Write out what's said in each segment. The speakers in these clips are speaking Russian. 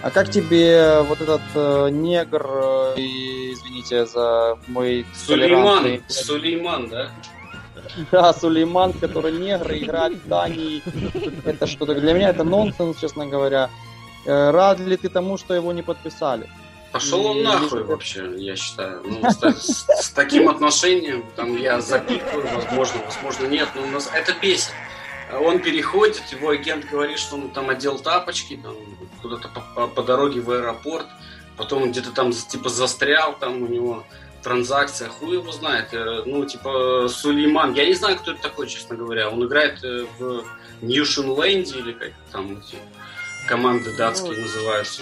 А как тебе вот этот негр, извините за мой Сулейман, да? Да, Сулейман, который негр, играет в Дании. Это что-то для меня это нонсенс, честно говоря. Рад ли ты тому, что его не подписали? Пошел он нахуй вообще, я считаю. С таким отношением, там я запикаю, возможно нет, но у нас это бесит. Он переходит, его агент говорит, что он там одел тапочки, там, куда-то по дороге в аэропорт, потом он где-то там типа застрял, там у него транзакция, хуй его знает, Сулейман, я не знаю, кто это такой, честно говоря, он играет в Ньюшенленде или как там эти команды датские называются.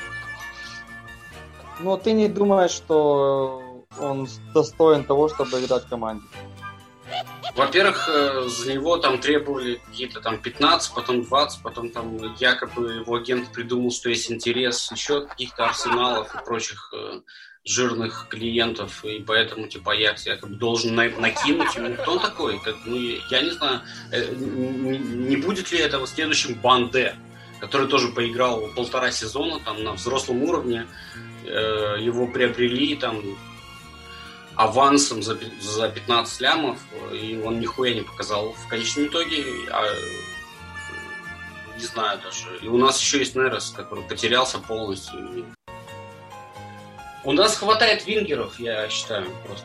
Но ты не думаешь, что он достоин того, чтобы играть в команде? Во-первых, за него там требовали какие-то там 15, потом 20, потом там якобы его агент придумал, что есть интерес еще каких-то арсеналов и прочих жирных клиентов, и поэтому типа Аякс якобы должен накинуть ему. Кто он такой? Я не знаю, не будет ли этого следующим Банде, который тоже поиграл 1,5 сезона там на взрослом уровне, его приобрели там авансом за 15 лямов, и он нихуя не показал в конечном итоге, не знаю даже. И у нас еще есть Нерес, который потерялся полностью. У нас хватает вингеров, я считаю, просто.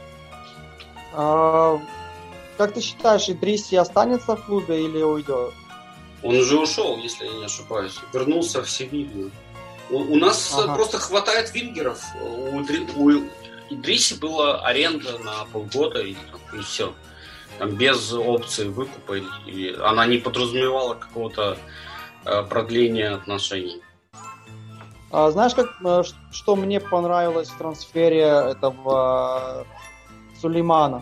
Как ты считаешь, Идриси останется в клубе или уйдет? Он уже ушел, если я не ошибаюсь. Вернулся в Севилью. У нас просто хватает вингеров. У Идриси была аренда на полгода и все. Там без опции выкупа. И она не подразумевала какого-то продления отношений. Знаешь, что мне понравилось в трансфере этого Сулеймана?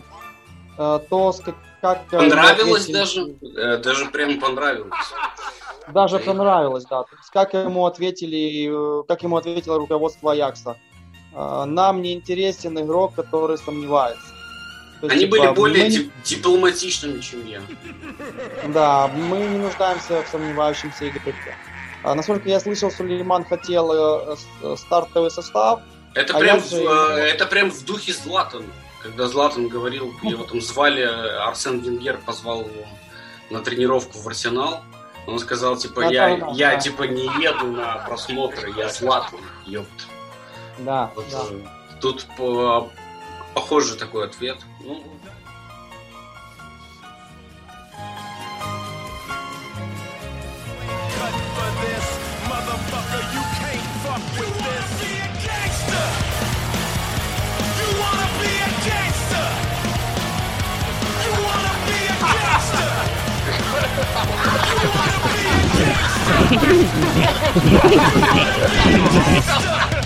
Понравилось даже прям понравилось. Даже понравилось, да. То есть, как ему ответило руководство Аякса. Нам не интересен игрок, который сомневается. То есть, они были более дипломатичными, чем я. Да, мы не нуждаемся в сомневающемся игроке. Насколько я слышал, Сулейман хотел стартовый состав. Это прям в духе Златана. Когда Златан говорил, его там звали, Арсен Венгер позвал его на тренировку в Арсенал. Он сказал, типа, я типа не еду на просмотры, я Златан, ёпт. Да, вот, да. Тут похожий такой ответ. Ну, You wanna be a gangster?